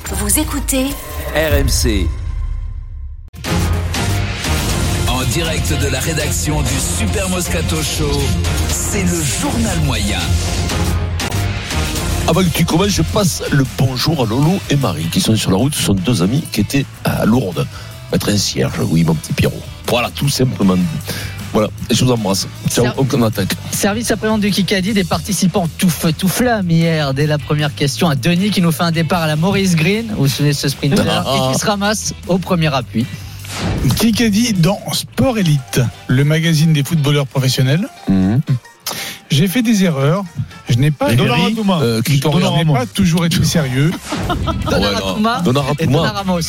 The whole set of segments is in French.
Vous écoutez RMC. En direct de la rédaction du Super Moscato Show, c'est le journal moyen. Avant que tu commences, je passe le bonjour à Lolo et Marie qui sont sur la route. Ce sont deux amis qui étaient à Lourdes. Mettre un cierge, oui, mon petit Pierrot. Voilà, tout simplement. Voilà, et je vous embrasse. Ciao, on attaque. Service après-vente du Kikadi, des participants tout feu, tout flamme hier. Dès la première question, à Denis qui nous fait un départ à la Maurice Green. Vous vous souvenez de ce sprinter et qui se ramasse au premier appui. Kikadi dans Sport Elite, le magazine des footballeurs professionnels. J'ai fait des erreurs. Je n'ai pas toujours été sérieux. Donnarumma Ramos.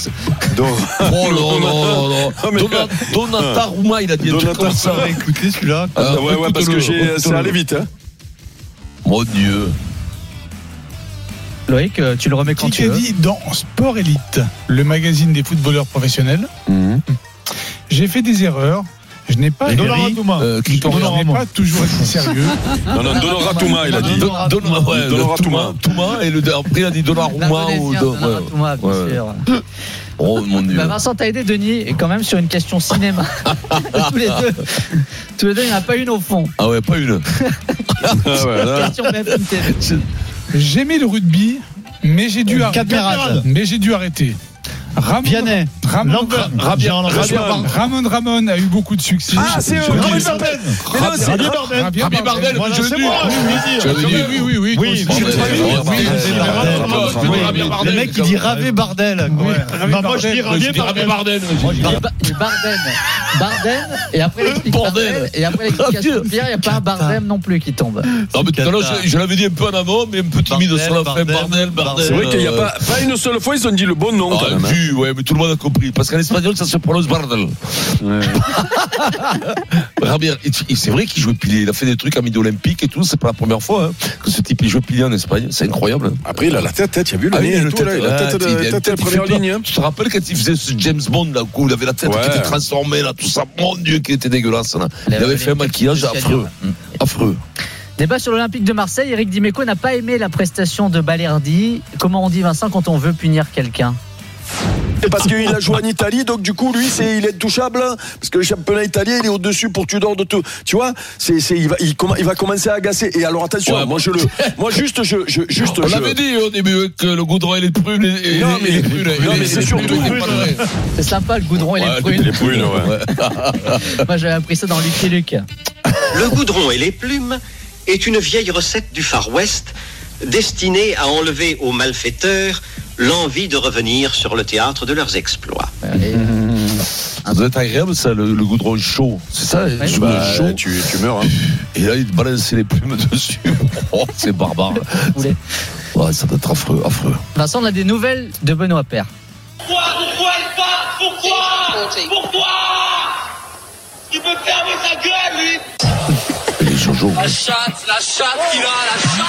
Donnarumma, il a dit un truc comme ça. Écoutez celui-là. Ouais, parce que c'est allé vite. Hein. Mon Dieu. Loïc, tu le remets quand tu veux. Kikadi dans Sport Elite, le magazine des footballeurs professionnels. J'ai fait des erreurs. Je n'ai pas toujours été sérieux. Non, Donnarumma, il a dit. Donnarumma. Et après, il a dit Donnarumma. Donnarumma, bien sûr. Oh mon Dieu. Vincent t'a aidé, Denis, et quand même sur une question cinéma. Tous les deux, il n'y en a pas une au fond. Ah ouais, pas une. Question BFM TV. J'aimais le rugby, mais j'ai dû arrêter. Ramon a eu beaucoup de succès. Ah, c'est Rabi Bardel. Oui. Le mec qui dit Ravé Bardel. Moi je dis Rabi Bardel. Bardem, et après l'explication de Pierre, il n'y a pas un Bardem non plus qui tombe. Non, mais tout à l'heure, je l'avais dit un peu en avant, mais un peu timide sur la fin. Bardel. C'est vrai qu'il n'y a pas une seule fois, ils ont dit le bon nom quand même. Ouais, mais tout le monde a compris. Parce qu'en espagnol, ça se prononce Bardel. Rabier, c'est vrai qu'il jouait pilier. Il a fait des trucs à midi olympique et tout. C'est pas la première fois que ce type il joue pilier en Espagne. C'est incroyable. Après, il a la tête, tu as vu le nez et tout là. Il a la tête de première ligne. Tu te rappelles quand il faisait ce James Bond là, où il avait la tête qui était transformée là, tout ça. Mon Dieu, qui était dégueulasse là. Il avait fait un maquillage affreux. Débat sur l'Olympique de Marseille. Eric Dimeco n'a pas aimé la prestation de Balerdi. Comment on dit, Vincent, quand on veut punir quelqu'un? Parce qu'il a joué en Italie, donc du coup lui il est intouchable parce que le championnat italien il est au-dessus pour Tudor de tout. Tu vois, il va commencer à agacer. Et alors attention, on l'avait dit au début que le goudron et les prunes. Non mais c'est surtout. C'est sympa le goudron et les prunes. Les prunes, ouais. Moi j'avais appris ça dans Lucky Luke. Le goudron et les plumes est une vieille recette du Far West destinée à enlever aux malfaiteurs l'envie de revenir sur le théâtre de leurs exploits. Ça doit être agréable ça, le goudron chaud. C'est ça, chaud. Tu meurs. Hein. Et là, il te balançait les plumes dessus. Oh, c'est barbare. Ouais, ça doit être affreux. Vincent, on a des nouvelles de Benoît Paire. Pourquoi il part Pourquoi il peut fermer sa gueule, lui. Et les Jojo. La chatte qu'il a, la chatte.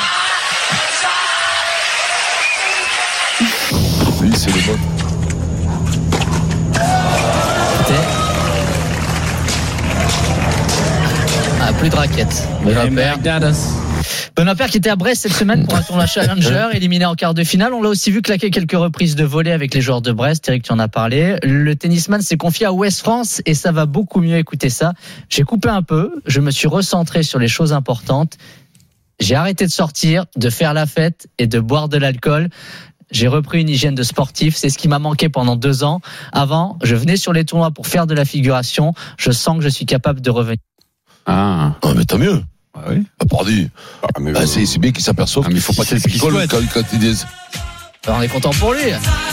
Oui, c'est le bon. Plus de raquettes. Benoît Paire qui était à Brest cette semaine pour un tournoi Challenger, éliminé en quart de finale. On l'a aussi vu claquer quelques reprises de volée avec les joueurs de Brest. Eric, tu en as parlé. Le tennisman s'est confié à Ouest France et ça va beaucoup mieux. Écoutez ça. J'ai coupé un peu. Je me suis recentré sur les choses importantes. J'ai arrêté de sortir, de faire la fête et de boire de l'alcool. J'ai repris une hygiène de sportif. C'est ce qui m'a manqué pendant 2 ans. Avant, je venais sur les tournois pour faire de la figuration. Je sens que je suis capable de revenir. Ah, mais tant mieux. Ah oui. C'est bien qu'il s'aperçoive qu'il ne faut pas qu'il picole quand il dit. Alors on est content pour lui.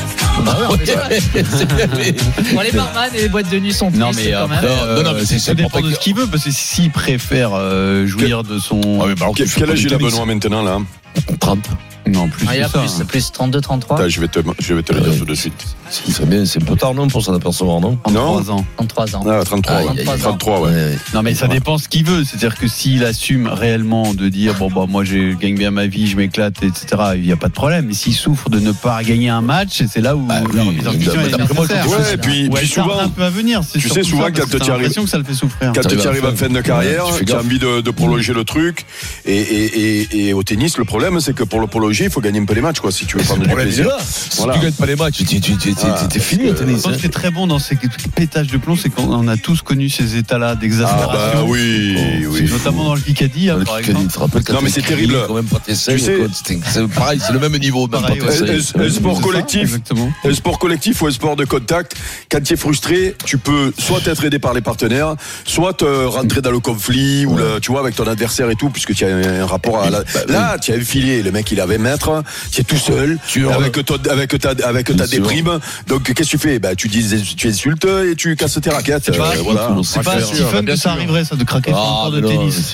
Bon, les barman et les boîtes de nuit sont tristes. Non mais après, ça dépend de ce qu'il veut, parce que s'il préfère jouir de son. Quel âge il a Benoît maintenant là? 30. Non, plus il y a ça. plus 32, 33. Je vais te le dire tout de suite. C'est bien, c'est un peu tard non pour s'en apercevoir, non? 33 ans. 33 ans. Ah, 33. 33, ouais. Non mais ça dépend ce qu'il veut, c'est-à-dire que s'il assume réellement de dire moi je gagne bien ma vie, je m'éclate, etc. Il n'y a pas de problème. Mais s'il souffre de ne pas gagner un match, c'est là où la remise en question est nécessaire. Ouais, et puis souvent un peu à venir. Tu sais souvent quand tu arrives, que ça le fait souffrir. Quand tu arrives en fin de carrière, tu as envie de prolonger le truc. Et au tennis, le problème c'est que pour le prolonger jeu, il faut gagner un peu les matchs, quoi, si tu veux prendre du plaisir. Si tu gagnes pas les matchs, t'es fini au tennis. Ce qui est très bon dans ces pétages de plomb, c'est qu'on a tous connu ces états-là d'exaspération. Oui. Notamment dans le Picardie, par exemple. Tu te rappelles quand non, mais c'est terrible. Quand même pas tes Tu sais, c'est pareil, c'est le même niveau. Pareil, un sport collectif, exactement. un sport collectif ou un sport de contact, quand tu es frustré, tu peux soit être aidé par les partenaires, soit rentrer dans le conflit ou tu vois, avec ton adversaire et tout, puisque tu as un rapport à là, tu as enfilé, le mec il avait maître, tu es tout seul, avec ta déprime. Donc qu'est-ce que tu fais? Tu insultes et tu casses tes raquettes. Voilà. C'est pas si fun que ça arriverait, ça, de craquer sur un court de tennis.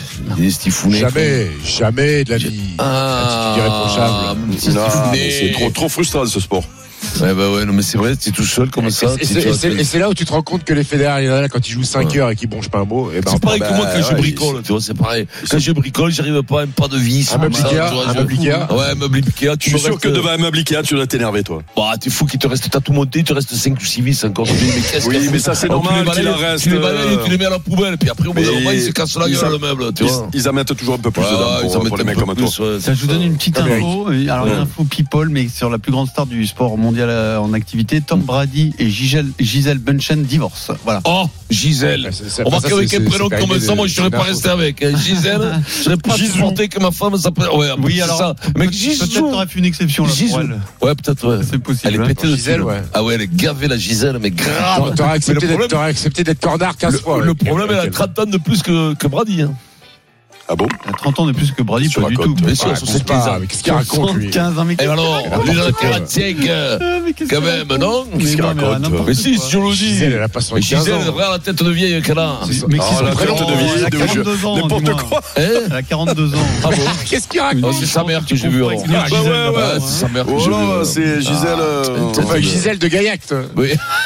Jamais de la vie. Attitude irréprochable. Non, mais c'est trop frustrant ce sport. Ouais, non, mais c'est vrai, t'es tout seul comme ça. Et c'est là où tu te rends compte que les fédéraux, il y en a là, quand ils jouent 5 heures et qu'ils bronchent pas un mot. C'est pareil que moi quand je bricole, tu vois, c'est pareil. Quand je bricole, j'arrive pas à un pas de vis. Un meuble Ikea. Ouais, un meuble Ikea. Je suis sûr que devant un meuble Ikea, tu dois t'énerver, toi. Bah, t'es fou qu'il te reste, t'as tout monté, il te reste 5 ou 6 vis encore. Oui, mais ça, c'est normal qu'il en reste. Tu les balayes, tu les mets à la poubelle, puis après, au bout d'un moment, ils se cassent la gueule, le meuble, tu vois. Ils en mettent toujours un peu plus dedans pour les mecs comme toi. Ça, je vous donne une petite info. Alors, une info people, mais sur la plus grande star du sport mondial en activité. Tom Brady et Gisèle Bündchen divorcent. Voilà. Oh, Gisèle. On va qu'avec un prénom comme ça, moi je serais pas resté avec. Gisèle, je serais pas supporté que ma femme s'appelle. Ouais, oui, alors ça. Mais peut-être t'aurais fait une exception là pour elle. Ouais, peut-être. Ouais. C'est possible. Elle est pétée de Gisèle, ouais. Ah ouais, elle est gavée la Gisèle, mais grave. T'aurais accepté d'être cordard 15 fois. Le problème, elle a 30 ans de plus que Brady. Ah bon? Il a 30 ans de plus que Brady, pas du tout. Bien sûr, sur cette pizza. Qu'est-ce qu'il raconte, lui? 15 ans, mais et alors, lui, dans la 45, quand même, non? Qu'est-ce qu'il raconte? Mais si, je le dis. Gisèle, elle a pas 75 ans. Gisèle, regarde la tête de vieille qu'elle a. Mais qui la tête de vieille, elle a 42 ans. n'importe quoi. Elle a 42 ans. Ah bon? Qu'est-ce qu'il raconte? C'est sa mère que j'ai vue. Ouais, c'est sa mère que j'ai Voilà, vue. c'est Gisèle. Gisèle de Gaillac. Oui.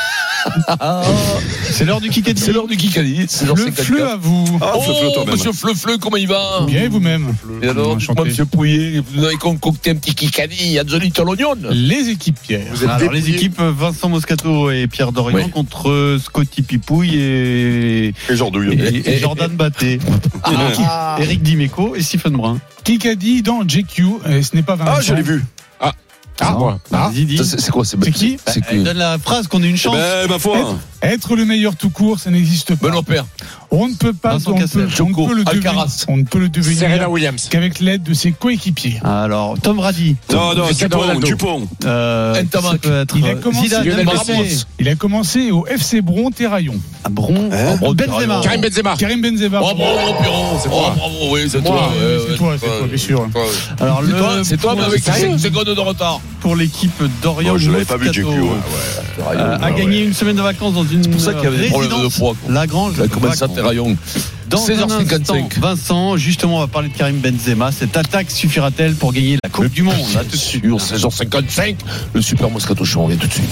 C'est l'heure du Kikadi. C'est l'heure du Kikadi. Le fleu à vous. Ah, Oh, toi-même. monsieur Fleu, comment il va? Bien, et vous-même? Et alors, dites-moi, monsieur Pouillet, vous avez concocté un petit Kikadi, Angelito à l'oignon? Les équipes, Pierre. Alors, les équipes Vincent Moscato et Pierre Dorian contre Scotty Pipouille et Jordan Batté. Eric Dimeco et Stephen Brun. Kikadi dans JQ, et ce n'est pas Vincent. Ah, je l'ai vu. Vas-y, dis. C'est quoi? C'est qui? Donne la phrase qu'on ait une chance. Ma foi. Être le meilleur tout court, ça n'existe pas. Benoît Père. On ne peut pas, Vincent Cassel, on ne peut le devenir Serena Williams. qu'avec l'aide de ses coéquipiers. Alors, Tom Brady. Non, Dupont. Ntamak. Il a commencé au FC Bron-Terraillon. Bron. Benzema. Karim Benzema. Oh, bravo, Pierrot. Oh, bravo, oui, c'est toi. C'est toi, bien sûr. Alors, c'est toi, mais avec 5 secondes de retard. Pour l'équipe Dorian je l'avais pas vu, Moscato. JQ. A gagné une semaine de vacances dans une C'est pour ça qu'il y avait des problèmes de froid. Lagrange. Il a commencé à Terraillon. Dans 16h55. Vincent, justement, on va parler de Karim Benzema. Cette attaque suffira-t-elle pour gagner la Coupe du Monde? Là, tout de suite. 16h55, le Super Moscato Show, on vient tout de suite.